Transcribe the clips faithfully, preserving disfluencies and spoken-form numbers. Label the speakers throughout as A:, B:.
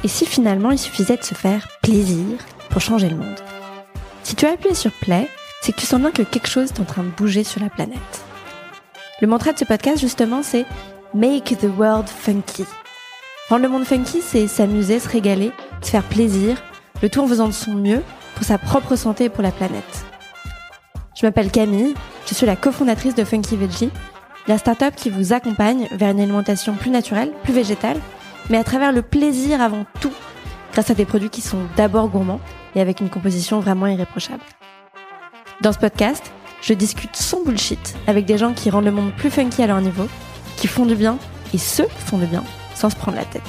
A: Et si finalement il suffisait de se faire plaisir pour changer le monde? Si tu as appuyé sur play, c'est que tu sens bien que quelque chose est en train de bouger sur la planète. Le mantra de ce podcast, justement, c'est « Make the world funky ». Rendre le monde funky, c'est s'amuser, se régaler, se faire plaisir, le tout en faisant de son mieux pour sa propre santé et pour la planète. Je m'appelle Camille, je suis la cofondatrice de Funky Veggie, la start-up qui vous accompagne vers une alimentation plus naturelle, plus végétale, mais à travers le plaisir avant tout, grâce à des produits qui sont d'abord gourmands et avec une composition vraiment irréprochable. Dans ce podcast, je discute sans bullshit avec des gens qui rendent le monde plus funky à leur niveau, qui font du bien et se font du bien sans se prendre la tête.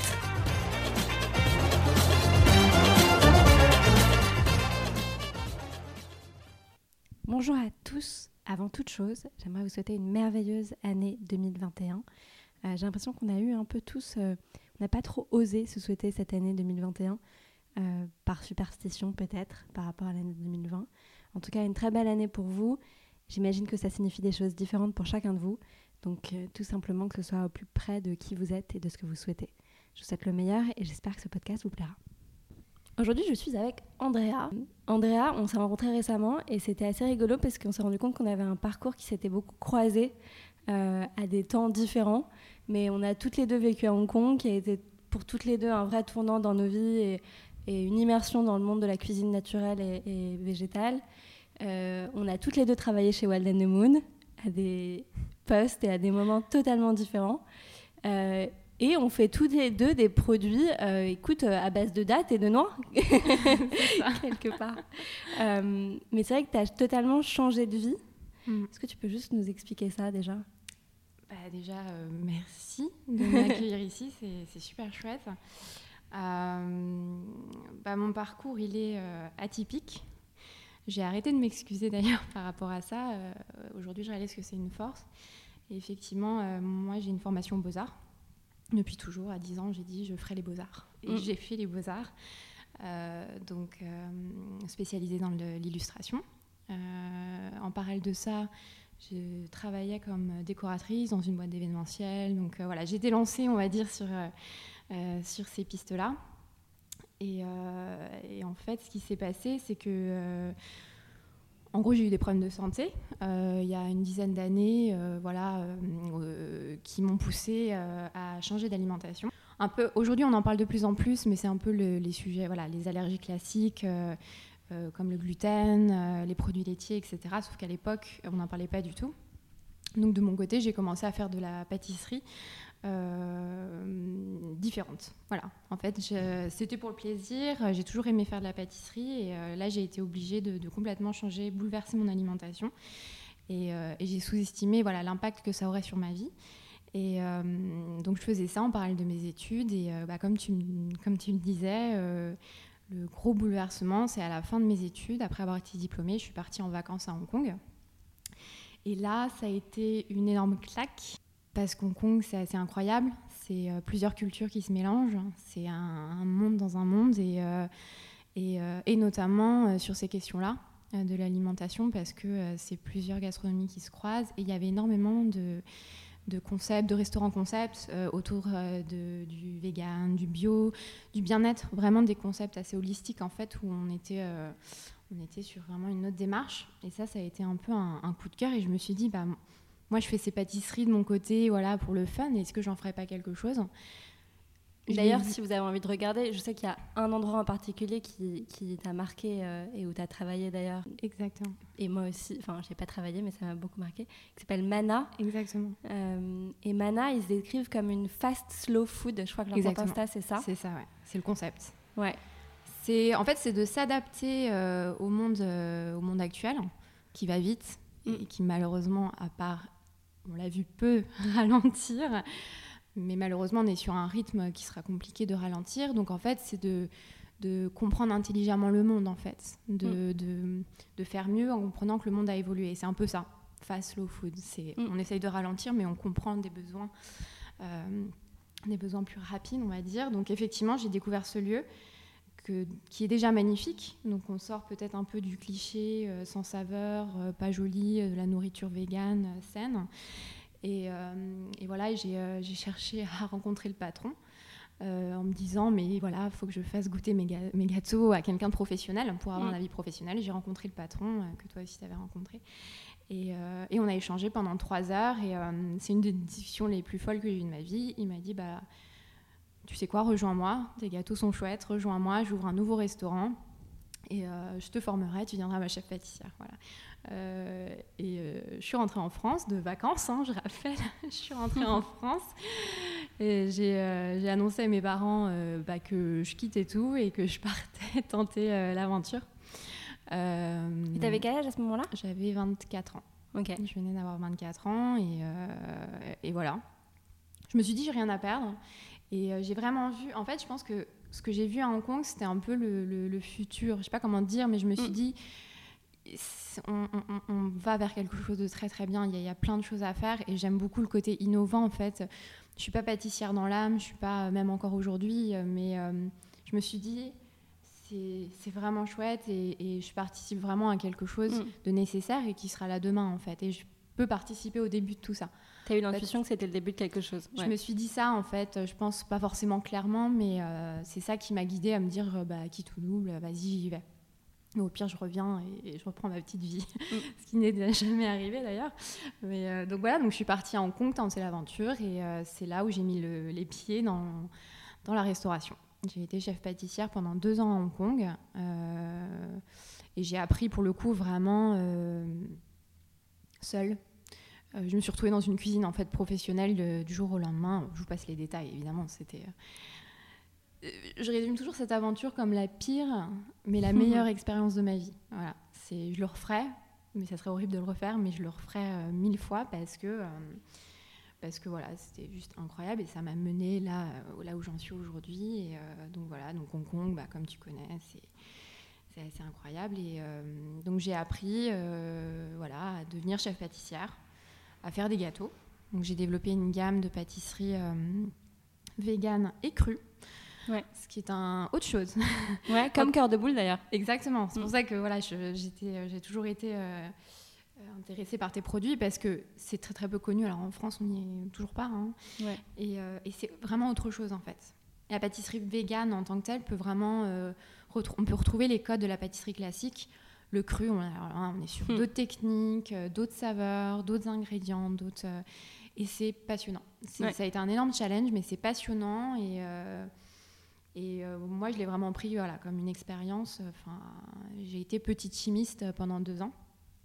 A: Bonjour à tous. Avant toute chose, j'aimerais vous souhaiter une merveilleuse année deux mille vingt et un. Euh, j'ai l'impression qu'on a eu un peu tous... Euh, on n'a pas trop osé se souhaiter cette année deux mille vingt et un, euh, par superstition peut-être, par rapport à l'année deux mille vingt. En tout cas, une très belle année pour vous. J'imagine que ça signifie des choses différentes pour chacun de vous. Donc, euh, tout simplement que ce soit au plus près de qui vous êtes et de ce que vous souhaitez. Je vous souhaite le meilleur et j'espère que ce podcast vous plaira. Aujourd'hui, je suis avec Andrea. Andrea, on s'est rencontrés récemment et c'était assez rigolo parce qu'on s'est rendu compte qu'on avait un parcours qui s'était beaucoup croisé euh, à des temps différents. Mais on a toutes les deux vécu à Hong Kong, qui a été pour toutes les deux un vrai tournant dans nos vies et, et une immersion dans le monde de la cuisine naturelle et, et végétale. Euh, on a toutes les deux travaillé chez Wild and the Moon, à des postes et à des moments totalement différents. Euh, et on fait tous les deux des produits, euh, écoute, à base de dattes et de noix, quelque part. Euh, mais c'est vrai que tu as totalement changé de vie. Mm. Est-ce que tu peux juste nous expliquer ça déjà ?
B: Bah déjà, euh, merci de m'accueillir ici, c'est, c'est super chouette. Euh, bah mon parcours, il est euh, atypique. J'ai arrêté de m'excuser d'ailleurs par rapport à ça. Euh, aujourd'hui, je réalise que c'est une force. Et effectivement, euh, moi, j'ai une formation Beaux-Arts. Depuis toujours, à dix ans, j'ai dit je ferai les Beaux-Arts. Et mmh. j'ai fait les Beaux-Arts, euh, donc euh, spécialisée dans le, l'illustration. Euh, en parallèle de ça, je travaillais comme décoratrice dans une boîte d'événementiel. Donc euh, voilà, j'étais lancée, on va dire, sur, euh, sur ces pistes-là. Et, euh, et en fait, ce qui s'est passé, c'est que, euh, en gros, j'ai eu des problèmes de santé euh, il y a une dizaine d'années, euh, voilà, euh, euh, qui m'ont poussée euh, à changer d'alimentation. Un peu, aujourd'hui, on en parle de plus en plus, mais c'est un peu le, les sujets, voilà, les allergies classiques. Euh, Euh, comme le gluten, euh, les produits laitiers, et cetera. Sauf qu'à l'époque, on n'en parlait pas du tout. Donc de mon côté, j'ai commencé à faire de la pâtisserie euh, différente. Voilà. En fait, je, c'était pour le plaisir. J'ai toujours aimé faire de la pâtisserie. Et euh, là, j'ai été obligée de, de complètement changer, bouleverser mon alimentation. Et, euh, et j'ai sous-estimé voilà, l'impact que ça aurait sur ma vie. Et euh, donc, je faisais ça en parallèle de mes études. Et euh, bah, comme, tu, comme tu le disais... Euh, Le gros bouleversement, c'est à la fin de mes études. Après avoir été diplômée, je suis partie en vacances à Hong Kong. Et là, ça a été une énorme claque parce qu'Hong Kong, c'est assez incroyable. C'est euh, plusieurs cultures qui se mélangent. C'est un, un monde dans un monde et, euh, et, euh, et notamment euh, sur ces questions-là euh, de l'alimentation parce que euh, c'est plusieurs gastronomies qui se croisent. Et il y avait énormément de... de concepts, de restaurants concepts euh, autour euh, de, du vegan, du bio, du bien-être, vraiment des concepts assez holistiques en fait où on était, euh, on était sur vraiment une autre démarche et ça, ça a été un peu un, un coup de cœur et je me suis dit, bah, moi je fais ces pâtisseries de mon côté voilà, pour le fun, est-ce que j'en ferais pas quelque chose ?
A: D'ailleurs, si vous avez envie de regarder, je sais qu'il y a un endroit en particulier qui, qui t'a marqué euh, et où tu as travaillé d'ailleurs.
B: Exactement. Et
A: moi aussi, enfin, je n'ai pas travaillé, mais ça m'a beaucoup marqué, qui s'appelle Mana.
B: Exactement.
A: Euh, et Mana, ils se décrivent comme une fast slow food. Je crois que leur compte Insta, c'est ça.
B: C'est ça, ouais. C'est le concept.
A: Ouais.
B: C'est, en fait, c'est de s'adapter euh, au, monde, euh, au monde actuel, qui va vite mm. et qui malheureusement, à part, on l'a vu, peut ralentir. Mais malheureusement, on est sur un rythme qui sera compliqué de ralentir. Donc, en fait, c'est de, de comprendre intelligemment le monde, en fait. De, mm. de, de faire mieux en comprenant que le monde a évolué. C'est un peu ça, fast slow food. C'est, mm. On essaye de ralentir, mais on comprend des besoins, euh, des besoins plus rapides, on va dire. Donc, effectivement, j'ai découvert ce lieu que, qui est déjà magnifique. Donc, on sort peut-être un peu du cliché euh, sans saveur, euh, pas joli, euh, de la nourriture végane, euh, saine. Et, euh, et voilà, et j'ai, euh, j'ai cherché à rencontrer le patron euh, en me disant mais voilà, il faut que je fasse goûter mes, ga- mes gâteaux à quelqu'un de professionnel pour avoir mmh. un avis professionnel. J'ai rencontré le patron, euh, que toi aussi tu avais rencontré. Et, euh, et on a échangé pendant trois heures. Et euh, c'est une des discussions les plus folles que j'ai eues de ma vie. Il m'a dit bah, tu sais quoi, rejoins-moi, tes gâteaux sont chouettes, rejoins-moi, j'ouvre un nouveau restaurant. Et euh, je te formerai, tu viendras ma chef pâtissière. Voilà. Euh, et euh, je suis rentrée en France de vacances, hein, je rappelle. Je suis rentrée en France et j'ai, euh, j'ai annoncé à mes parents euh, bah, que je quittais tout et que je partais tenter euh, l'aventure.
A: Euh, et t'avais quel âge à ce moment-là ?
B: J'avais vingt-quatre ans.
A: Okay.
B: Je venais d'avoir vingt-quatre ans et, euh, et voilà. Je me suis dit, j'ai rien à perdre. Et euh, j'ai vraiment vu, en fait, je pense que ce que j'ai vu à Hong Kong, c'était un peu le, le, le futur. Je sais pas comment dire, mais je me suis mm. dit, on, on, on va vers quelque chose de très très bien. Il y, a, il y a plein de choses à faire et j'aime beaucoup le côté innovant, en fait. Je suis pas pâtissière dans l'âme, je suis pas, même encore aujourd'hui, mais euh, je me suis dit, c'est, c'est vraiment chouette et, et je participe vraiment à quelque chose mm. de nécessaire et qui sera là demain, en fait. Et je peux participer au début de tout ça.
A: T'as eu l'intuition en fait, que c'était le début de quelque chose.
B: Je
A: ouais.
B: me suis dit ça, en fait, je pense pas forcément clairement, mais euh, c'est ça qui m'a guidée à me dire, bah, quitte ou double, vas-y, j'y vais. Au pire, je reviens et, et je reprends ma petite vie, mm. ce qui n'est jamais arrivé d'ailleurs. Mais, euh, donc voilà, donc je suis partie à Hong Kong tenter l'aventure et euh, c'est là où j'ai mis le, les pieds dans, dans la restauration. J'ai été chef pâtissière pendant deux ans à Hong Kong euh, et j'ai appris pour le coup vraiment euh, seule. Euh, je me suis retrouvée dans une cuisine en fait professionnelle de, du jour au lendemain. Je vous passe les détails évidemment. C'était euh, je résume toujours cette aventure comme la pire, mais la meilleure expérience de ma vie. Voilà, c'est, je le referais, mais ça serait horrible de le refaire, mais je le referais euh, mille fois parce que, euh, parce que voilà, c'était juste incroyable et ça m'a menée là, euh, là où j'en suis aujourd'hui. Et, euh, donc voilà, donc Hong Kong, bah, comme tu connais, c'est, c'est assez incroyable. Et euh, donc j'ai appris euh, voilà, à devenir chef pâtissière, à faire des gâteaux. Donc j'ai développé une gamme de pâtisseries euh, véganes et crues. Ouais. Ce qui est un autre chose.
A: Ouais, comme Cœur de Boule d'ailleurs.
B: Exactement. C'est mm. pour ça que voilà, je, j'étais, j'ai toujours été euh, intéressée par tes produits parce que c'est très très peu connu. Alors en France, on n'y est toujours pas. Hein. Ouais. Et, euh, et c'est vraiment autre chose en fait. La pâtisserie végane en tant que telle peut vraiment, euh, retrou- on peut retrouver les codes de la pâtisserie classique. Le cru, on, alors là, on est sur mm. d'autres techniques, euh, d'autres saveurs, d'autres ingrédients, d'autres. Euh, et c'est passionnant. C'est, ouais. Ça a été un énorme challenge, mais c'est passionnant et euh, Et euh, moi, je l'ai vraiment pris voilà, comme une expérience. Enfin, j'ai été petite chimiste pendant deux ans.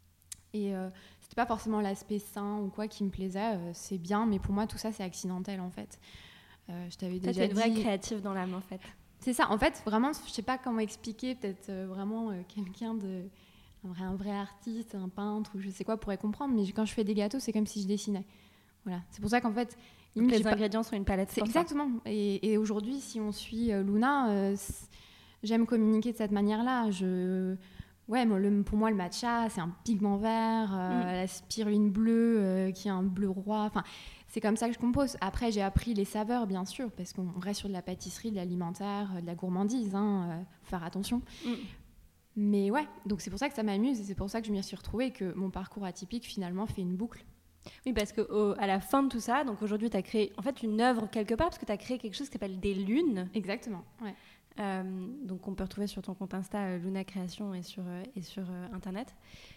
B: Et euh, c'était pas forcément l'aspect sain ou quoi qui me plaisait. Euh, c'est bien, mais pour moi, tout ça, c'est accidentel, en fait. Euh, je t'avais déjà dit...
A: Tu es une vraie créative dans l'âme, en fait.
B: C'est ça. En fait, vraiment, je sais pas comment expliquer. Peut-être euh, vraiment euh, quelqu'un de... Un vrai, un vrai artiste, un peintre, ou je sais quoi, pourrait comprendre. Mais quand je fais des gâteaux, c'est comme si je dessinais. Voilà. C'est pour ça qu'en fait...
A: Donc les ingrédients pas... sont une palette.
B: C'est exactement. Et, et aujourd'hui, si on suit euh, Luna, euh, j'aime communiquer de cette manière-là. Je... Ouais, le, pour moi, le matcha, c'est un pigment vert, euh, mm. la spiruline bleue, euh, qui est un bleu roi. Enfin, c'est comme ça que je compose. Après, j'ai appris les saveurs, bien sûr, parce qu'on reste sur de la pâtisserie, de l'alimentaire, de la gourmandise. Hein, euh, faut faire attention. Mm. Mais ouais, donc c'est pour ça que ça m'amuse et c'est pour ça que je m'y suis retrouvée et que mon parcours atypique, finalement, fait une boucle.
A: Oui, parce qu'à la fin de tout ça, donc aujourd'hui, tu as créé en fait une œuvre quelque part, parce que tu as créé quelque chose qui s'appelle Des Lunes.
B: Exactement, ouais.
A: Euh, donc on peut retrouver sur ton compte Insta euh, Luna Création et sur, euh, et sur euh, Internet.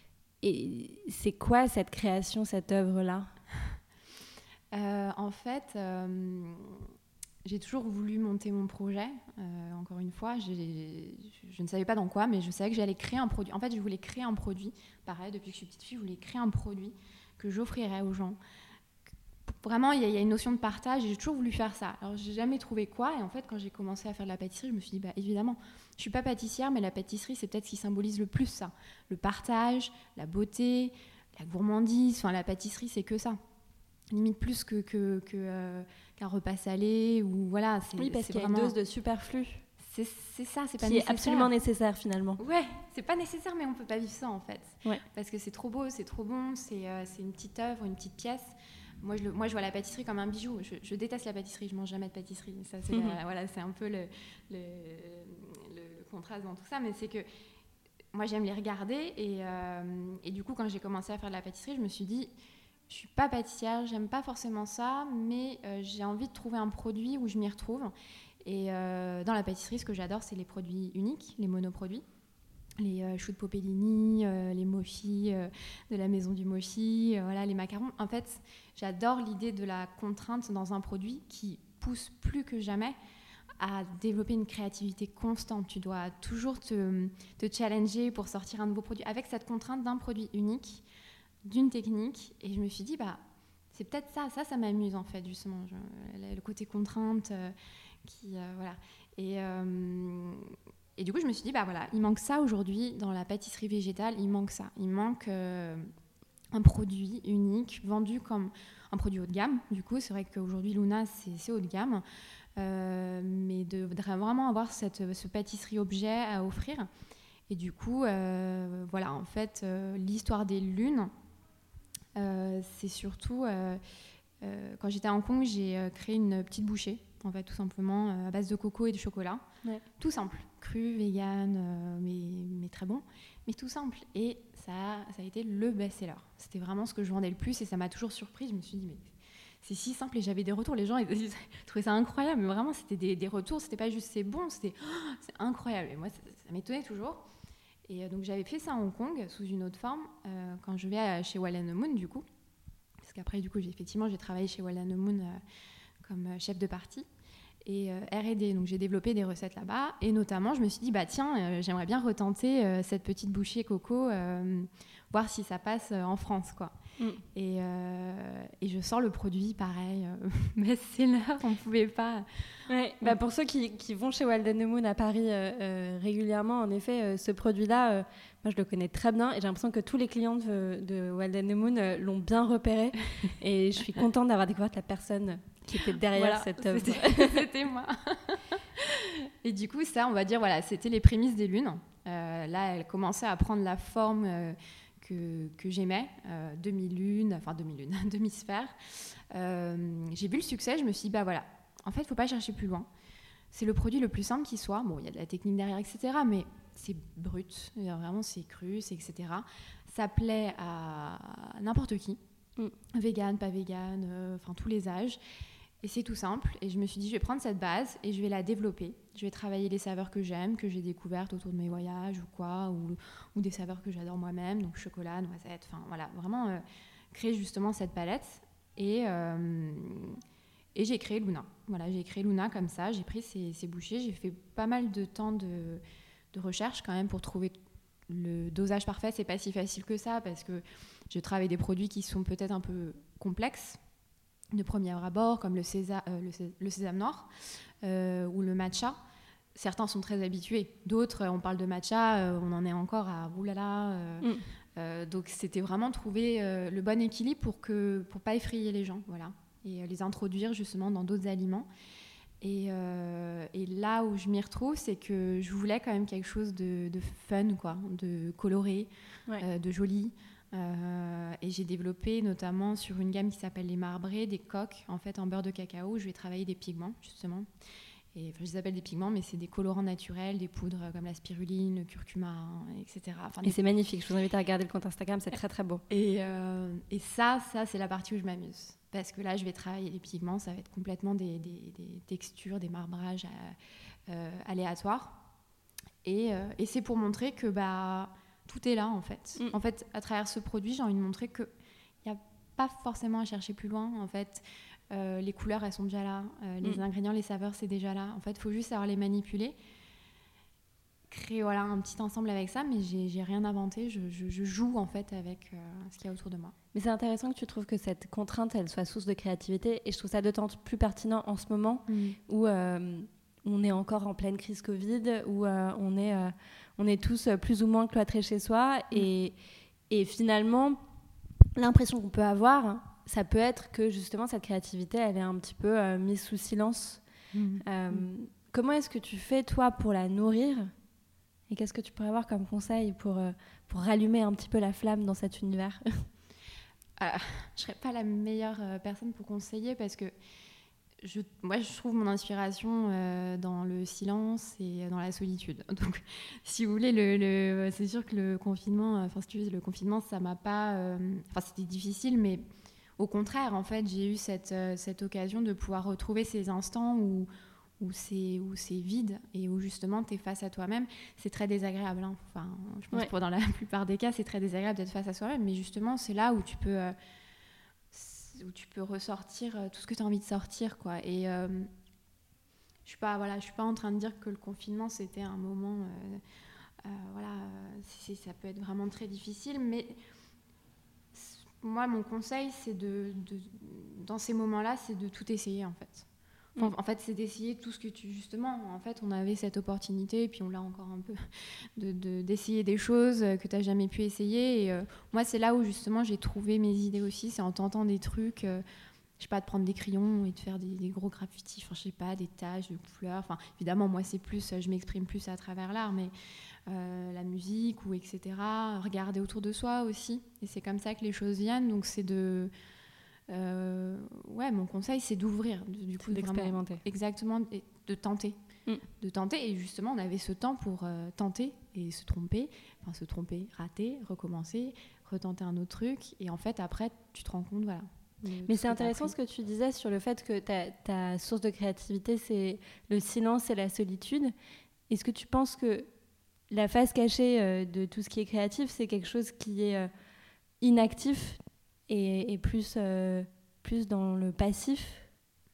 A: Et c'est quoi cette création, cette œuvre-là ?
B: euh, En fait, euh, j'ai toujours voulu monter mon projet. Euh, encore une fois, j'ai, je ne savais pas dans quoi, mais je savais que j'allais créer un produit. En fait, je voulais créer un produit. Pareil, depuis que je suis petite fille, je voulais créer un produit que j'offrirais aux gens. Vraiment, il y, y a une notion de partage et j'ai toujours voulu faire ça. Alors, j'ai jamais trouvé quoi. Et en fait, quand j'ai commencé à faire de la pâtisserie, je me suis dit, bah, évidemment, je suis pas pâtissière, mais la pâtisserie, c'est peut-être ce qui symbolise le plus ça. Le partage, la beauté, la gourmandise. Enfin, la pâtisserie, c'est que ça. Limite plus que, que, que, euh, qu'un repas salé ou voilà. C'est,
A: oui, parce
B: c'est
A: qu'il y a
B: vraiment...
A: une dose de superflu.
B: C'est, c'est ça, c'est pas
A: qui
B: nécessaire.
A: Est absolument nécessaire finalement.
B: Ouais, c'est pas nécessaire, mais on peut pas vivre sans en fait.
A: Ouais.
B: Parce que c'est trop beau, c'est trop bon, c'est, euh, c'est une petite œuvre, une petite pièce. Moi je, le, moi, je vois la pâtisserie comme un bijou. Je, je déteste la pâtisserie, je mange jamais de pâtisserie. Ça, c'est, mm-hmm. la, voilà, c'est un peu le, le, le, le contraste dans tout ça, mais c'est que moi, j'aime les regarder et, euh, et du coup, quand j'ai commencé à faire de la pâtisserie, je me suis dit, je suis pas pâtissière, j'aime pas forcément ça, mais euh, j'ai envie de trouver un produit où je m'y retrouve. Et euh, dans la pâtisserie, ce que j'adore, c'est les produits uniques, les monoproduits. Les euh, choux de Popellini, euh, les mochis euh, de la maison du mochi, euh, voilà, les macarons. En fait, j'adore l'idée de la contrainte dans un produit qui pousse plus que jamais à développer une créativité constante. Tu dois toujours te, te challenger pour sortir un nouveau produit avec cette contrainte d'un produit unique, d'une technique. Et je me suis dit, bah, c'est peut-être ça, ça, ça m'amuse en fait, justement, je, le côté contrainte euh, qui, euh, voilà. Et, euh, et du coup, je me suis dit, bah voilà, il manque ça aujourd'hui dans la pâtisserie végétale, il manque ça, il manque euh, un produit unique vendu comme un produit haut de gamme. Du coup, c'est vrai qu'aujourd'hui, Luna, c'est, c'est haut de gamme. Euh, mais de, de vraiment avoir cette, ce pâtisserie-objet à offrir. Et du coup, euh, voilà, en fait, euh, l'histoire des lunes, euh, c'est surtout... Euh, euh, quand j'étais à Hong Kong, j'ai euh, créé une petite bouchée, en fait, tout simplement, euh, à base de coco et de chocolat.
A: Ouais.
B: Tout simple, cru, vegan, euh, mais, mais très bon, mais tout simple. Et ça, ça a été le best-seller. C'était vraiment ce que je vendais le plus et ça m'a toujours surpris. Je me suis dit, mais... c'est si simple et j'avais des retours. Les gens ils, ils trouvaient ça incroyable, mais vraiment c'était des, des retours. C'était pas juste c'est bon, c'était oh, c'est incroyable. Et moi ça, ça m'étonnait toujours. Et euh, donc j'avais fait ça à Hong Kong sous une autre forme euh, quand je vais à, chez Wild and Moon du coup, parce qu'après du coup j'ai, effectivement j'ai travaillé chez Wild and Moon euh, comme chef de partie et euh, R et D. Donc j'ai développé des recettes là-bas et notamment je me suis dit bah tiens euh, j'aimerais bien retenter euh, cette petite bouchée coco, euh, voir si ça passe euh, en France quoi. Mm. Et, euh, et je sors le produit, pareil, euh, best-seller, on ne pouvait pas...
A: Ouais, bah pour ceux qui, qui vont chez Wild and Moon à Paris euh, euh, régulièrement, en effet, euh, ce produit-là, euh, moi je le connais très bien et j'ai l'impression que tous les clients de, de Wild and Moon euh, l'ont bien repéré et je suis contente d'avoir découvert la personne qui était derrière voilà, cette œuvre.
B: C'était, c'était moi. Et du coup, ça, on va dire, voilà, c'était les prémices des lunes. Euh, là, elle commençait à prendre la forme... Euh, Que, que j'aimais, euh, demi-lune, enfin demi-lune, demi-sphère. Euh, j'ai vu le succès, je me suis dit, bah voilà, en fait, il ne faut pas chercher plus loin. C'est le produit le plus simple qui soit. Bon, il y a de la technique derrière, et cetera, mais c'est brut, vraiment, c'est cru, c'est et cetera. Ça plaît à n'importe qui, mm. vegan, pas vegan, enfin euh, tous les âges. Et c'est tout simple. Et je me suis dit, je vais prendre cette base et je vais la développer. Je vais travailler les saveurs que j'aime, que j'ai découvertes autour de mes voyages ou quoi, ou, ou des saveurs que j'adore moi-même, donc chocolat, noisette, enfin voilà, vraiment euh, créer justement cette palette. Et, euh, et j'ai créé Luna. Voilà, j'ai créé Luna comme ça. J'ai pris ces, ces bouchées. J'ai fait pas mal de temps de, de recherche quand même pour trouver le dosage parfait. C'est pas si facile que ça parce que je travaille des produits qui sont peut-être un peu complexes de premier abord, comme le, sésa, euh, le, sé, le sésame noir euh, ou le matcha. Certains sont très habitués. D'autres, on parle de matcha, euh, on en est encore à oulala. Euh, mm. euh, donc, c'était vraiment trouver euh, le bon équilibre pour ne pour pas effrayer les gens, voilà, et euh, les introduire justement dans d'autres aliments. Et, euh, et là où je m'y retrouve, c'est que je voulais quand même quelque chose de, de fun, quoi, de coloré, ouais. euh, de joli. Euh, et j'ai développé notamment sur une gamme qui s'appelle les marbrés, des coques en fait en beurre de cacao. Je vais travailler des pigments justement. Et, enfin, je les appelle des pigments, mais c'est des colorants naturels, des poudres comme la spiruline, le curcuma, hein, et cetera. Enfin,
A: et
B: des...
A: c'est magnifique. Je vous invite à regarder le compte Instagram, c'est très très beau.
B: Et, euh, et ça, ça c'est la partie où je m'amuse. Parce que là, je vais travailler les pigments, ça va être complètement des, des, des textures, des marbrages euh, aléatoires. Et, euh, et c'est pour montrer que bah, tout est là, en fait. Mm. En fait, à travers ce produit, j'ai envie de montrer qu'il n'y a pas forcément à chercher plus loin, en fait. Euh, les couleurs, elles sont déjà là. Euh, les mm. ingrédients, les saveurs, c'est déjà là. En fait, il faut juste savoir les manipuler. Créer voilà, un petit ensemble avec ça, mais j'ai, j'ai rien inventé. Je, je, je joue, en fait, avec euh, ce qu'il y a autour de moi.
A: Mais c'est intéressant que tu trouves que cette contrainte, elle soit source de créativité. Et je trouve ça d'autant plus pertinent en ce moment mm. où euh, on est encore en pleine crise Covid, où euh, on, est, euh, on est tous plus ou moins cloîtrés chez soi. Mm. Et, et finalement, l'impression qu'on peut avoir... Hein, ça peut être que justement cette créativité elle est un petit peu euh, mise sous silence. Mmh. Euh, mmh. Comment est-ce que tu fais toi pour la nourrir et qu'est-ce que tu pourrais avoir comme conseil pour, euh, pour rallumer un petit peu la flamme dans cet univers?
B: euh, Je serais pas la meilleure euh, personne pour conseiller parce que je, moi je trouve mon inspiration euh, dans le silence et dans la solitude. Donc si vous voulez le, le, c'est sûr que le confinement, enfin si tu veux, le confinement ça m'a pas, enfin euh, c'était difficile mais au contraire, en fait, j'ai eu cette, euh, cette occasion de pouvoir retrouver ces instants où, où, c'est, où c'est vide et où justement tu es face à toi-même. C'est très désagréable. Hein. Enfin, je pense
A: Ouais.
B: que pour dans la plupart des cas, c'est très désagréable d'être face à soi-même. Mais justement, c'est là où tu peux, euh, où tu peux ressortir euh, tout ce que tu as envie de sortir, quoi. Et euh, je suis pas, voilà, je suis pas en train de dire que le confinement, c'était un moment... Euh, euh, voilà, euh, c'est, ça peut être vraiment très difficile. Mais moi, mon conseil, c'est de, de... Dans ces moments-là, c'est de tout essayer, en fait. En, en fait, c'est d'essayer tout ce que tu... Justement, en fait, on avait cette opportunité, et puis on l'a encore un peu, de, de, d'essayer des choses que tu n'as jamais pu essayer. Et euh, moi, c'est là où, justement, j'ai trouvé mes idées aussi. C'est en tentant des trucs... Euh, je sais pas, de prendre des crayons et de faire des, des gros graffitis, enfin, je sais pas, des taches de couleurs. Enfin, évidemment, moi, c'est plus... Je m'exprime plus à travers l'art, mais euh, la musique, ou et cetera. Regarder autour de soi aussi. Et c'est comme ça que les choses viennent. Donc, c'est de... Euh, ouais, mon conseil, c'est d'ouvrir, de, du coup,
A: c'est d'expérimenter.
B: Vraiment, exactement, et de tenter, mm. de tenter. Et justement, on avait ce temps pour euh, tenter et se tromper, enfin se tromper, rater, recommencer, retenter un autre truc. Et en fait, après, tu te rends compte, voilà.
A: Mais c'est intéressant ce que tu disais sur le fait que ta, ta source de créativité, c'est le silence et la solitude. Est-ce que tu penses que la face cachée euh, de tout ce qui est créatif, c'est quelque chose qui est euh, inactif et, et plus, euh, plus dans le passif?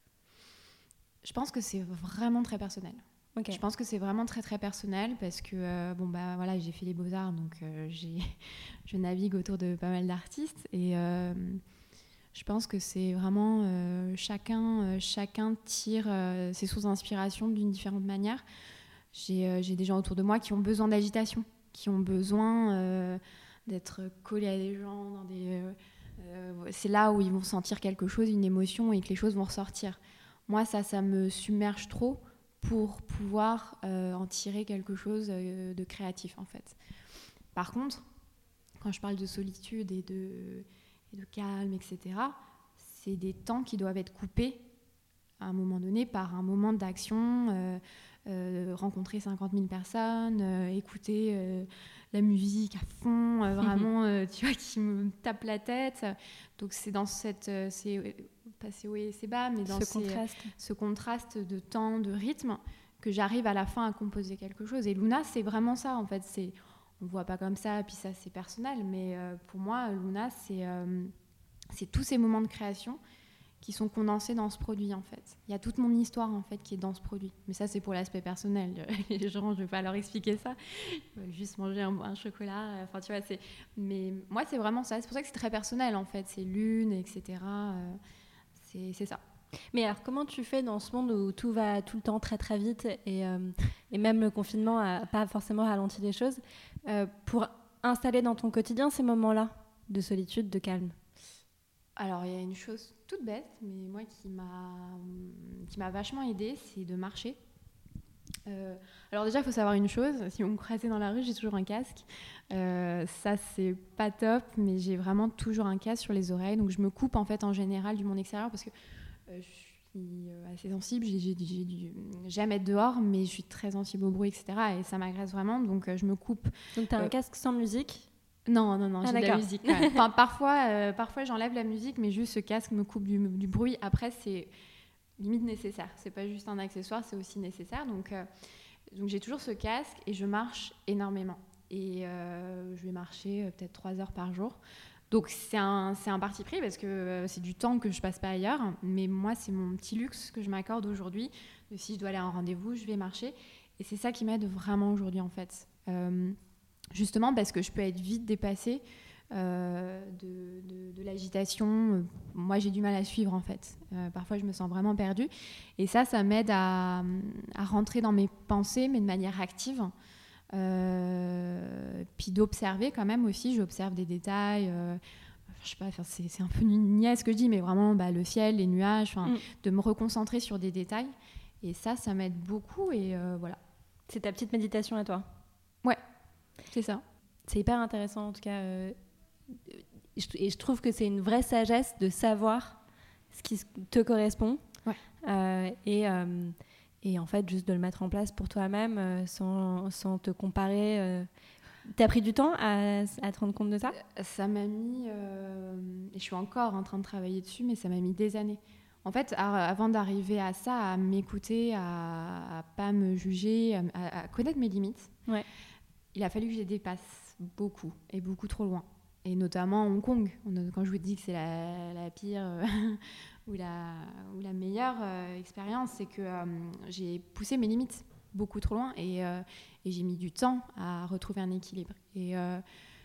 B: Je pense que c'est vraiment très personnel. Okay. Je pense que c'est vraiment très très personnel parce que euh, bon bah voilà, j'ai fait les beaux-arts, donc euh, j'ai, je navigue autour de pas mal d'artistes et euh, je pense que c'est vraiment euh, chacun, euh, chacun tire euh, ses sources d'inspiration d'une différente manière. J'ai, euh, j'ai des gens autour de moi qui ont besoin d'agitation, qui ont besoin euh, d'être collés à des gens, dans des, euh, euh, c'est là où ils vont sentir quelque chose, une émotion, et que les choses vont ressortir. Moi, ça, ça me submerge trop pour pouvoir euh, en tirer quelque chose euh, de créatif, en fait. Par contre, quand je parle de solitude et de, et de calme, et cetera, c'est des temps qui doivent être coupés à un moment donné par un moment d'action, euh, euh, rencontrer cinquante mille personnes, euh, écouter euh, la musique à fond, euh, vraiment, euh, tu vois, qui me tape la tête. Donc c'est dans cette... Euh, c'est, pas c'est haut et c'est bas, mais dans
A: ce,
B: ces,
A: contraste.
B: ce contraste de temps, de rythme, que j'arrive à la fin à composer quelque chose. Et Luna, c'est vraiment ça, en fait. C'est, on ne voit pas comme ça, puis ça, c'est personnel, mais euh, pour moi, Luna, c'est, euh, c'est tous ces moments de création qui sont condensés dans ce produit, en fait. Il y a toute mon histoire, en fait, qui est dans ce produit. Mais ça, c'est pour l'aspect personnel. Les gens, je ne vais pas leur expliquer ça. Ils veulent juste manger un, un chocolat. Enfin, tu vois, c'est... Mais moi, c'est vraiment ça. C'est pour ça que c'est très personnel, en fait. C'est lune, et cetera. Euh, c'est, c'est ça.
A: Mais alors, comment tu fais dans ce monde où tout va tout le temps très, très vite et, euh, et même le confinement n'a pas forcément ralenti les choses, euh, pour installer dans ton quotidien ces moments-là de solitude, de calme?
B: Alors, il y a une chose toute bête, mais moi qui m'a, qui m'a vachement aidée, c'est de marcher. Euh, alors déjà, il faut savoir une chose, si vous me croisez dans la rue, j'ai toujours un casque. Euh, ça, c'est pas top, mais j'ai vraiment toujours un casque sur les oreilles. Donc, je me coupe en fait en général du monde extérieur parce que euh, je suis assez sensible. J'ai, j'ai, j'ai dû, j'aime être dehors, mais je suis très sensible au bruit, et cetera. Et ça m'agresse vraiment, donc euh, je me coupe.
A: Donc, tu as
B: euh,
A: un casque sans musique?
B: Non, non, non,
A: ah,
B: j'ai
A: d'accord.
B: de la musique. Ouais. Enfin, parfois, euh, parfois, j'enlève la musique, mais juste ce casque me coupe du, du bruit. Après, c'est limite nécessaire. C'est pas juste un accessoire, c'est aussi nécessaire. Donc, euh, donc j'ai toujours ce casque et je marche énormément. Et euh, je vais marcher euh, peut-être trois heures par jour. Donc, c'est un, c'est un parti pris parce que euh, c'est du temps que je passe pas ailleurs. Mais moi, c'est mon petit luxe que je m'accorde aujourd'hui. De si je dois aller à un rendez-vous, je vais marcher. Et c'est ça qui m'aide vraiment aujourd'hui, en fait. Euh, Justement parce que je peux être vite dépassée euh, de, de, de l'agitation. Moi, j'ai du mal à suivre, en fait. Euh, parfois, je me sens vraiment perdue. Et ça, ça m'aide à, à rentrer dans mes pensées, mais de manière active. Euh, puis d'observer quand même aussi. J'observe des détails. Euh, je sais pas, c'est, c'est un peu niaise ce que je dis, mais vraiment bah, le ciel, les nuages, mm. de me reconcentrer sur des détails. Et ça, ça m'aide beaucoup. Et euh, voilà.
A: C'est ta petite méditation à toi?
B: Ouais. C'est ça.
A: C'est hyper intéressant en tout cas. Euh, et je trouve que c'est une vraie sagesse de savoir ce qui te correspond.
B: Ouais.
A: Euh, et, euh, et en fait, juste de le mettre en place pour toi-même euh, sans, sans te comparer. Euh, T'as pris du temps à, à te rendre compte de ça ?
B: Ça m'a mis, euh, et je suis encore en train de travailler dessus, mais ça m'a mis des années. En fait, à, avant d'arriver à ça, à m'écouter, à, à pas me juger, à, à connaître mes limites,
A: ouais.
B: il a fallu que je les dépasse beaucoup et beaucoup trop loin. Et notamment à Hong Kong. Quand je vous dis que c'est la, la pire euh, ou, la, ou la meilleure euh, expérience, c'est que euh, j'ai poussé mes limites beaucoup trop loin et, euh, et j'ai mis du temps à retrouver un équilibre. Et, euh,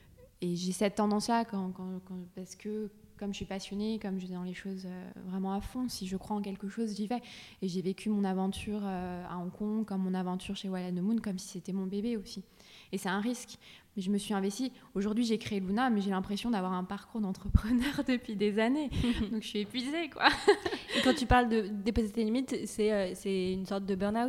B: et j'ai cette tendance-là quand, quand, quand, parce que comme je suis passionnée, comme je vais dans les choses euh, vraiment à fond, si je crois en quelque chose, j'y vais. Et j'ai vécu mon aventure euh, à Hong Kong, comme mon aventure chez Wild and the Moon, comme si c'était mon bébé aussi. Et c'est un risque. Mais je me suis investie. Aujourd'hui, j'ai créé Luna, mais j'ai l'impression d'avoir un parcours d'entrepreneur depuis des années. Donc, je suis épuisée, quoi.
A: Et quand tu parles de déposer tes limites, c'est, euh, c'est une sorte de burn-out ?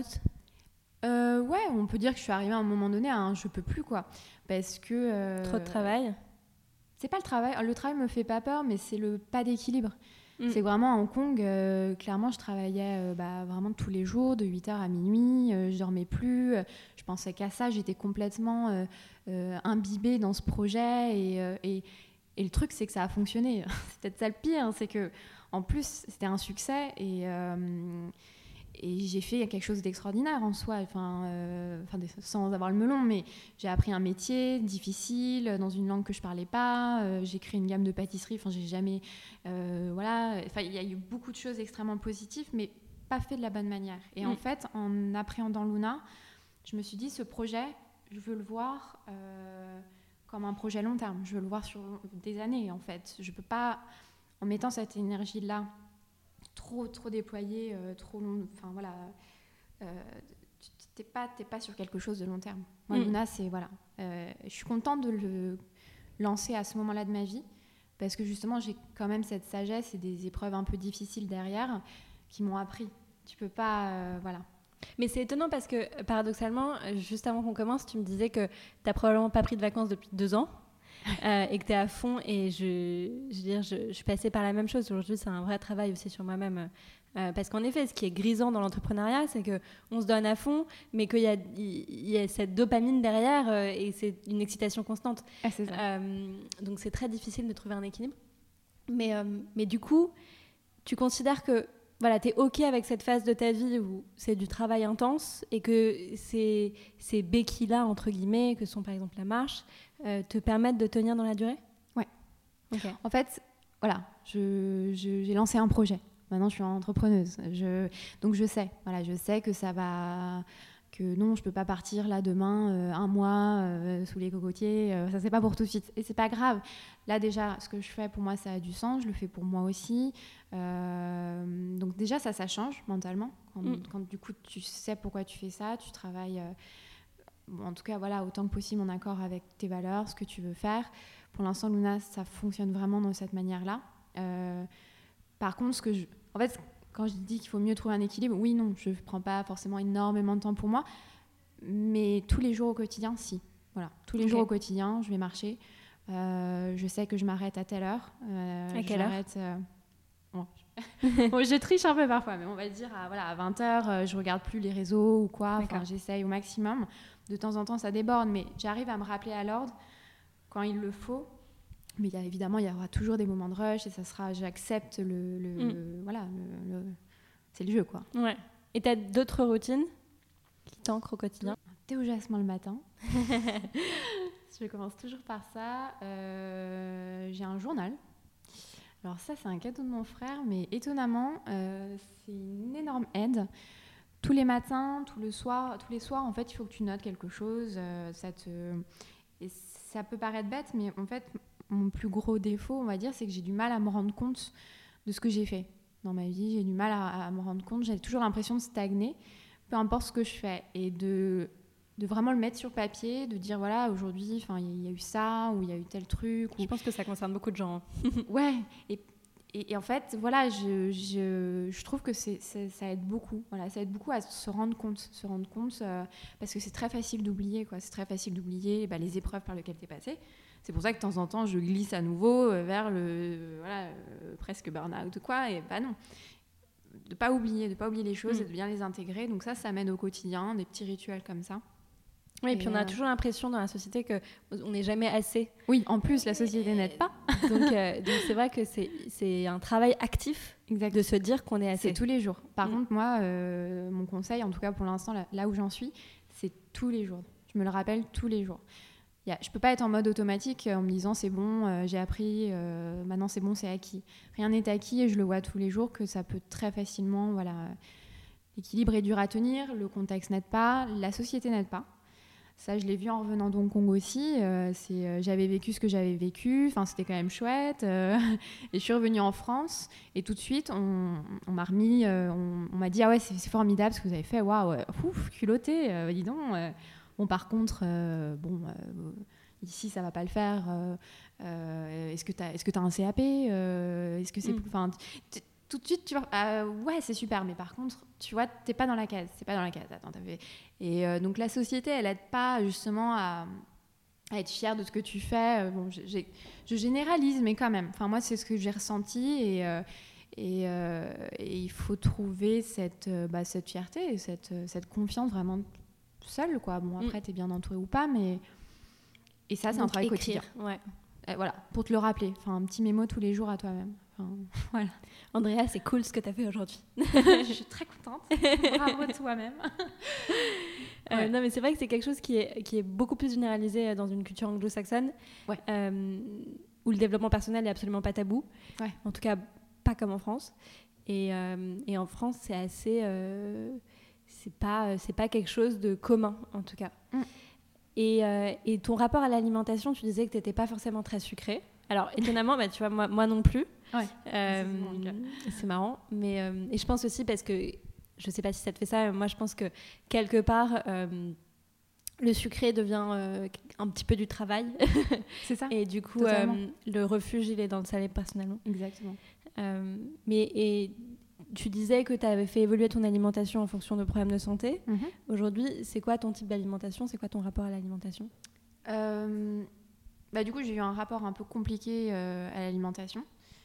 B: euh, Ouais, on peut dire que je suis arrivée à un moment donné à un je peux plus, quoi. Parce que... Euh,
A: Trop de travail ?
B: C'est pas le travail. Le travail me fait pas peur, mais c'est le pas d'équilibre. Mm. C'est vraiment à Hong Kong, euh, clairement, je travaillais euh, bah, vraiment tous les jours, de huit heures à minuit, euh, je dormais plus, euh, je pensais qu'à ça, j'étais complètement euh, euh, imbibée dans ce projet. Et, euh, et, et le truc, c'est que ça a fonctionné. C'est peut-être ça le pire, c'est que en plus, c'était un succès et... Euh, Et j'ai fait quelque chose d'extraordinaire en soi, enfin, euh, enfin, sans avoir le melon, mais j'ai appris un métier difficile dans une langue que je parlais pas. Euh, j'ai créé une gamme de pâtisseries. Enfin, j'ai jamais, euh, voilà. Enfin, il y a eu beaucoup de choses extrêmement positives, mais pas fait de la bonne manière. Et mmh. en fait, en appréhendant Luna, je me suis dit, ce projet, je veux le voir euh, comme un projet long terme. Je veux le voir sur des années, en fait. Je peux pas, en mettant cette énergie-là. trop trop déployé, euh, trop long, enfin voilà, euh, tu t'es pas t'es pas sur quelque chose de long terme. Moi, mm. Luna, c'est voilà, euh, je suis contente de le lancer à ce moment-là de ma vie parce que justement j'ai quand même cette sagesse et des épreuves un peu difficiles derrière qui m'ont appris. Tu peux pas, euh, voilà.
A: Mais c'est étonnant parce que paradoxalement, juste avant qu'on commence, tu me disais que t'as probablement pas pris de vacances depuis deux ans. Euh, et que tu es à fond et je, je, veux dire, je, je suis passée par la même chose. Aujourd'hui, c'est un vrai travail aussi sur moi-même. Euh, parce qu'en effet, ce qui est grisant dans l'entrepreneuriat, c'est qu'on se donne à fond, mais qu'il y a, il y a cette dopamine derrière euh, et c'est une excitation constante.
B: Ah, c'est ça.
A: Euh, donc, c'est très difficile de trouver un équilibre. Mais, euh, mais du coup, tu considères que voilà, tu es OK avec cette phase de ta vie où c'est du travail intense et que ces, ces béquilles-là, entre guillemets, que sont par exemple la marche, euh, te permettent de tenir dans la durée ?
B: Ouais.
A: Okay.
B: En fait, voilà, je, je, j'ai lancé un projet. Maintenant, je suis entrepreneuse. Je, donc, je sais, voilà, je sais que ça va... que non, je peux pas partir là demain, euh, un mois, euh, sous les cocotiers. Euh, ça, c'est pas pour tout de suite. Et c'est pas grave. Là, déjà, ce que je fais, pour moi, ça a du sens. Je le fais pour moi aussi. Euh, donc, déjà, ça, ça change mentalement. Quand, mm. quand, du coup, tu sais pourquoi tu fais ça, tu travailles... Euh, bon, en tout cas, voilà, autant que possible en accord avec tes valeurs, ce que tu veux faire. Pour l'instant, Luna, ça fonctionne vraiment de cette manière-là. Euh, par contre, ce que je... En fait... Quand je dis qu'il faut mieux trouver un équilibre, oui, non, je ne prends pas forcément énormément de temps pour moi, mais tous les jours au quotidien, si. Voilà, tous les okay. jours au quotidien, je vais marcher. Euh, je sais que je m'arrête à telle heure.
A: Euh, à quelle heure
B: euh... bon, je... bon, je triche un peu parfois, mais on va dire à, voilà, à vingt heures, euh, je ne regarde plus les réseaux ou quoi. Enfin, j'essaye au maximum. De temps en temps, ça déborde, mais j'arrive à me rappeler à l'ordre quand il le faut. Mais il y a, évidemment, il y aura toujours des moments de rush et ça sera, j'accepte le, le, mm. le voilà, le, le, c'est le jeu, quoi.
A: Ouais. Et tu as d'autres routines qui t'ancrent au quotidien ?
B: Un thé au jasmin le matin. Je commence toujours par ça. Euh, j'ai un journal. Alors ça, c'est un cadeau de mon frère, mais étonnamment, euh, c'est une énorme aide. Tous les matins, tous, le soir, tous les soirs, en fait, il faut que tu notes quelque chose. Euh, ça te... Et ça peut paraître bête, mais en fait... Mon plus gros défaut, on va dire, c'est que j'ai du mal à me rendre compte de ce que j'ai fait dans ma vie. J'ai du mal à, à me rendre compte. J'ai toujours l'impression de stagner, peu importe ce que je fais. Et de, de vraiment le mettre sur papier, de dire, voilà, aujourd'hui, il y a eu ça, ou il y a eu tel truc.
A: Je
B: ou...
A: pense que ça concerne beaucoup de gens.
B: Ouais. Et, et, et en fait, voilà, je, je, je trouve que c'est, c'est, ça aide beaucoup. Voilà, ça aide beaucoup à se rendre compte. Se rendre compte euh, parce que c'est très facile d'oublier, quoi. C'est très facile d'oublier bah, les épreuves par lesquelles tu es passé. C'est pour ça que de temps en temps, je glisse à nouveau vers le euh, voilà, euh, presque burn-out ou quoi. Et bah non, de ne pas oublier, de pas oublier les choses mmh. et de bien les intégrer. Donc ça, ça mène au quotidien, des petits rituels comme ça.
A: Oui, et puis on a euh... toujours l'impression dans la société qu'on n'est jamais assez.
B: Oui, en plus, la société et... n'aide pas.
A: donc, euh, donc c'est vrai que c'est, c'est un travail actif exact. De se dire qu'on est assez.
B: C'est tous les jours. Par mmh. contre, moi, euh, mon conseil, en tout cas pour l'instant, là, là où j'en suis, c'est tous les jours. Je me le rappelle tous les jours. Y a, je ne peux pas être en mode automatique en me disant c'est bon, euh, j'ai appris, euh, maintenant c'est bon, c'est acquis. Rien n'est acquis et je le vois tous les jours que ça peut très facilement... Voilà, l'équilibre est dur à tenir, le contexte n'aide pas, la société n'aide pas. Ça, je l'ai vu en revenant d'Hong Kong aussi. Euh, c'est, euh, j'avais vécu ce que j'avais vécu. Enfin, c'était quand même chouette. Euh, et je suis revenue en France. Et tout de suite, on, on m'a remis... Euh, on, on m'a dit « Ah ouais, c'est, c'est formidable ce que vous avez fait. Waouh, ouf, culotté, euh, dis donc. Euh. » Bon, par contre, euh, bon, euh, ici, ça ne va pas le faire. Euh, euh, est-ce que tu as est-ce que tu as un C A P euh, Est-ce que c'est... Enfin, mm. Tout de suite, tu vois, euh, ouais, c'est super, mais par contre, tu vois, t'es pas dans la case, c'est pas dans la case. Attends, t'as fait... Et euh, donc la société, elle aide pas justement à, à être fière de ce que tu fais. Bon, j'ai, je généralise, mais quand même. Enfin, moi, c'est ce que j'ai ressenti et euh, et, euh, et il faut trouver cette bah, cette fierté, cette cette confiance vraiment seule, quoi. Bon, après, t'es bien entouré ou pas, mais et ça, c'est donc un travail écrire, quotidien.
A: Ouais.
B: Et voilà, pour te le rappeler. Enfin, un petit mémo tous les jours à toi-même. Enfin, voilà.
A: Andrea, c'est cool ce que tu as fait aujourd'hui.
B: Je suis très contente. Bravo toi-même.
A: euh,
B: ouais.
A: Non, mais c'est vrai que c'est quelque chose qui est, qui est beaucoup plus généralisé dans une culture anglo-saxonne,
B: ouais.
A: euh, où le développement personnel n'est absolument pas tabou.
B: Ouais.
A: En tout cas, pas comme en France. Et, euh, et en France, c'est assez... Euh, c'est pas, c'est pas quelque chose de commun, en tout cas. Mm. Et, euh, et ton rapport à l'alimentation, tu disais que tu n'étais pas forcément très sucrée. Alors, étonnamment, bah, tu vois, moi, moi non plus.
B: Ouais,
A: euh, c'est, c'est marrant. Mais, euh, et je pense aussi parce que, je ne sais pas si ça te fait ça, moi je pense que quelque part, euh, le sucré devient euh, un petit peu du travail.
B: C'est ça.
A: Et du coup, euh, le refuge, il est dans le salé personnellement.
B: Exactement.
A: Euh, mais et tu disais que tu avais fait évoluer ton alimentation en fonction de problèmes de santé. Mm-hmm. Aujourd'hui, c'est quoi ton type d'alimentation ? C'est quoi ton rapport à l'alimentation ?
B: euh... Bah, du coup, j'ai eu un rapport un peu compliqué euh, à l'alimentation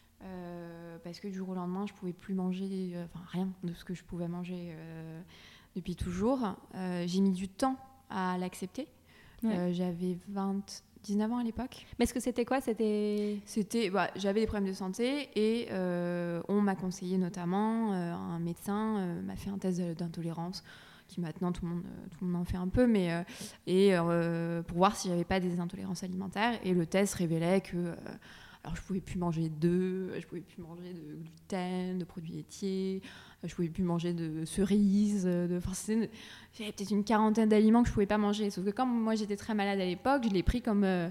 B: euh, parce que du jour au lendemain, je ne pouvais plus manger euh, enfin, rien de ce que je pouvais manger euh, depuis toujours. Euh, j'ai mis du temps à l'accepter. Ouais. Euh, j'avais vingt, dix-neuf ans à l'époque.
A: Mais est-ce que c'était quoi ? C'était...
B: C'était, bah, j'avais des problèmes de santé et euh, on m'a conseillé notamment, euh, un médecin euh, m'a fait un test d'intolérance qui maintenant tout le monde, tout le monde en fait un peu, mais euh, et euh, pour voir si j'avais pas des intolérances alimentaires. Et le test révélait que euh, alors je pouvais plus manger d'œufs, je pouvais plus manger de gluten, de produits laitiers, je pouvais plus manger de cerises, de, enfin, c'était, j'avais peut-être une quarantaine d'aliments que je pouvais pas manger. Sauf que comme moi j'étais très malade à l'époque, je l'ai pris comme euh,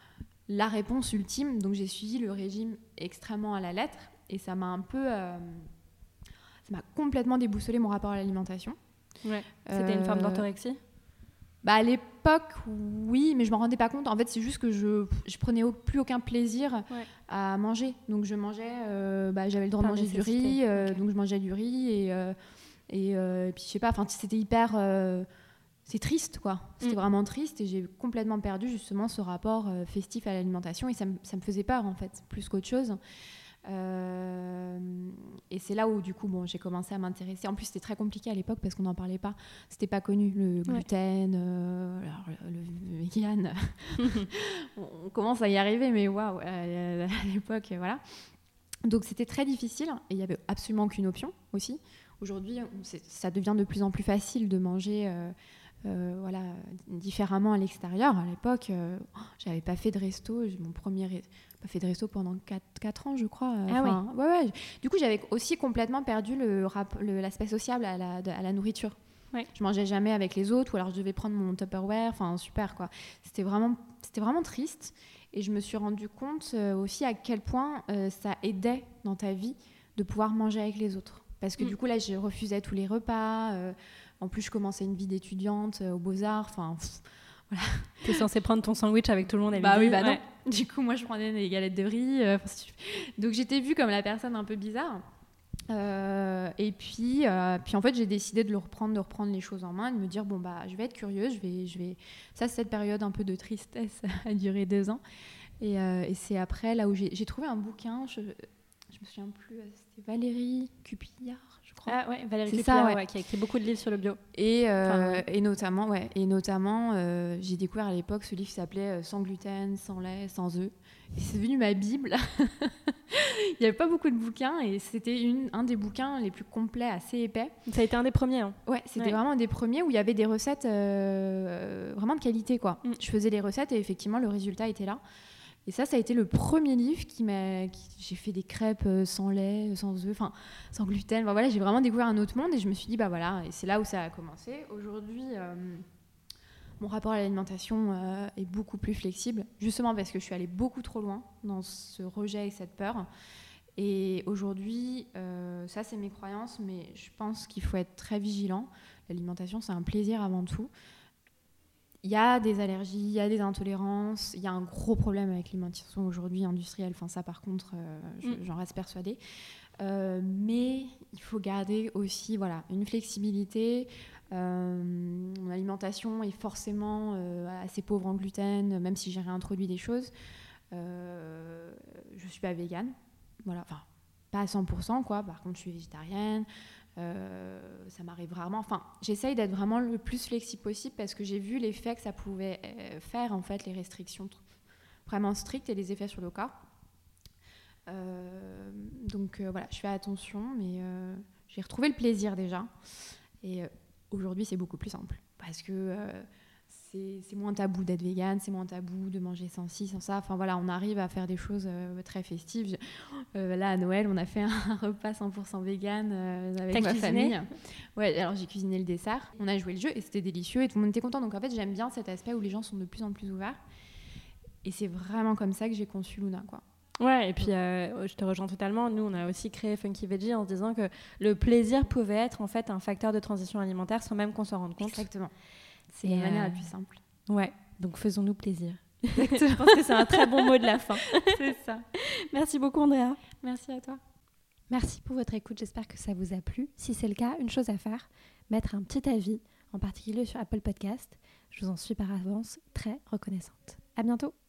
B: la réponse ultime. Donc j'ai suivi le régime extrêmement à la lettre et ça m'a un peu, euh, ça m'a complètement déboussolé mon rapport à l'alimentation.
A: Ouais. C'était euh, une forme d'orthorexie ?
B: Bah à l'époque, oui, mais je m'en rendais pas compte. En fait, c'est juste que je je prenais au, plus aucun plaisir ouais. à manger. Donc je mangeais, euh, bah, j'avais le droit Par de manger nécessité. du riz, euh, okay. donc je mangeais du riz et euh, et, euh, et puis je sais pas. Enfin, c'était hyper, euh, c'est triste quoi. C'était mm. vraiment triste et j'ai complètement perdu justement ce rapport euh, festif à l'alimentation et ça me ça me faisait peur en fait, plus qu'autre chose. Euh, et c'est là où du coup bon, j'ai commencé à m'intéresser. En plus c'était très compliqué à l'époque parce qu'on n'en parlait pas, c'était pas connu le gluten, ouais. euh, alors, le, le vegan on commence à y arriver mais waouh, à l'époque voilà. Donc c'était très difficile et il n'y avait absolument aucune option aussi. Aujourd'hui c'est, ça devient de plus en plus facile de manger euh, Euh, voilà, différemment à l'extérieur. À l'époque, euh, j'avais pas fait de resto. Mon premier, re... pas fait de resto pendant quatre ans, je crois.
A: Ah
B: enfin, ouais. Ouais, ouais. Du coup, j'avais aussi complètement perdu le rap... le, l'aspect sociable à la, à la nourriture.
A: Ouais.
B: Je mangeais jamais avec les autres, ou alors je devais prendre mon Tupperware. Enfin, super quoi. C'était vraiment, c'était vraiment triste. Et je me suis rendu compte euh, aussi à quel point euh, ça aidait dans ta vie de pouvoir manger avec les autres. Parce que mm. du coup, là, je refusais tous les repas. Euh, En plus, je commençais une vie d'étudiante euh, aux Beaux-Arts. Enfin, pff, voilà.
A: T'es censée prendre ton sandwich avec tout le monde et
B: Bah
A: lui
B: oui, bah
A: ouais.
B: non. Du coup, moi, je prenais des galettes de riz. Euh, donc, j'étais vue comme la personne un peu bizarre. Euh, et puis, euh, puis, en fait, j'ai décidé de le reprendre, de reprendre les choses en main, de me dire bon bah, je vais être curieuse. Je vais, je vais. Ça, cette période un peu de tristesse a duré deux ans. Et, euh, et c'est après là où j'ai, j'ai trouvé un bouquin. Je, je me souviens plus. C'était Valérie Cupillard. crois.
A: Ah ouais, Valérie
B: C'est
A: Cupia,
B: ça, ouais.
A: ouais, qui a écrit beaucoup de livres sur le bio.
B: Et, euh,
A: Enfin, ouais.
B: et notamment, ouais, et notamment euh, j'ai découvert à l'époque ce livre qui s'appelait euh, Sans gluten, sans lait, sans œufs. Et c'est devenu ma Bible. Il n'y avait pas beaucoup de bouquins et c'était une, un des bouquins les plus complets, assez épais.
A: Ça a été un des premiers. Hein.
B: Ouais, c'était
A: Ouais.
B: vraiment un des premiers où il y avait des recettes euh, vraiment de qualité, quoi.
A: Mm.
B: Je faisais les recettes et effectivement le résultat était là. Et ça, ça a été le premier livre qui m'a. Qui... J'ai fait des crêpes euh, sans lait, sans œufs, enfin sans gluten. Enfin, voilà, j'ai vraiment découvert un autre monde et je me suis dit bah voilà. Et c'est là où ça a commencé. Aujourd'hui, euh, mon rapport à l'alimentation euh, est beaucoup plus flexible, justement parce que je suis allée beaucoup trop loin dans ce rejet et cette peur. Et aujourd'hui, euh, ça c'est mes croyances, mais je pense qu'il faut être très vigilant. L'alimentation, c'est un plaisir avant tout. Il y a des allergies, il y a des intolérances, il y a un gros problème avec l'alimentation aujourd'hui industrielle. Enfin, ça, par contre, euh, je, mm. j'en reste persuadée. Euh, mais il faut garder aussi voilà, une flexibilité. Euh, mon alimentation est forcément euh, assez pauvre en gluten, même si j'ai réintroduit des choses. Euh, je ne suis pas végane. Voilà, enfin, pas à cent pour cent, quoi. Par contre, je suis végétarienne. Euh, ça m'arrive rarement. Enfin, j'essaye d'être vraiment le plus flexible possible parce que j'ai vu l'effet que ça pouvait faire, en fait, les restrictions vraiment strictes et les effets sur le corps. Euh, donc euh, voilà, je fais attention, mais euh, j'ai retrouvé le plaisir déjà. Et euh, aujourd'hui, c'est beaucoup plus simple parce que euh, c'est, c'est moins tabou d'être végane, c'est moins tabou de manger sans ci, sans ça. Enfin voilà, on arrive à faire des choses euh, très festives. Euh, là, à Noël, on a fait un repas cent pour cent végane euh, avec
A: T'as
B: ma
A: cuisiné ?
B: famille. Ouais, alors j'ai cuisiné le dessert. On a joué le jeu et c'était délicieux et tout le monde était content. Donc en fait, j'aime bien cet aspect où les gens sont de plus en plus ouverts. Et c'est vraiment comme ça que j'ai conçu Luna, quoi.
A: Ouais, et puis euh, je te rejoins totalement. Nous, on a aussi créé Funky Veggie en se disant que le plaisir pouvait être en fait un facteur de transition alimentaire sans même qu'on s'en rende compte.
B: Exactement. C'est
A: et
B: la manière
A: euh...
B: la plus simple.
A: Ouais, donc faisons-nous plaisir.
B: Exactement.
A: Je pense que c'est un très bon mot de la fin.
B: C'est ça.
A: Merci beaucoup, Andrea.
B: Merci à toi.
A: Merci pour votre écoute. J'espère que ça vous a plu. Si c'est le cas, une chose à faire, mettre un petit avis, en particulier sur Apple Podcast. Je vous en suis par avance très reconnaissante. À bientôt.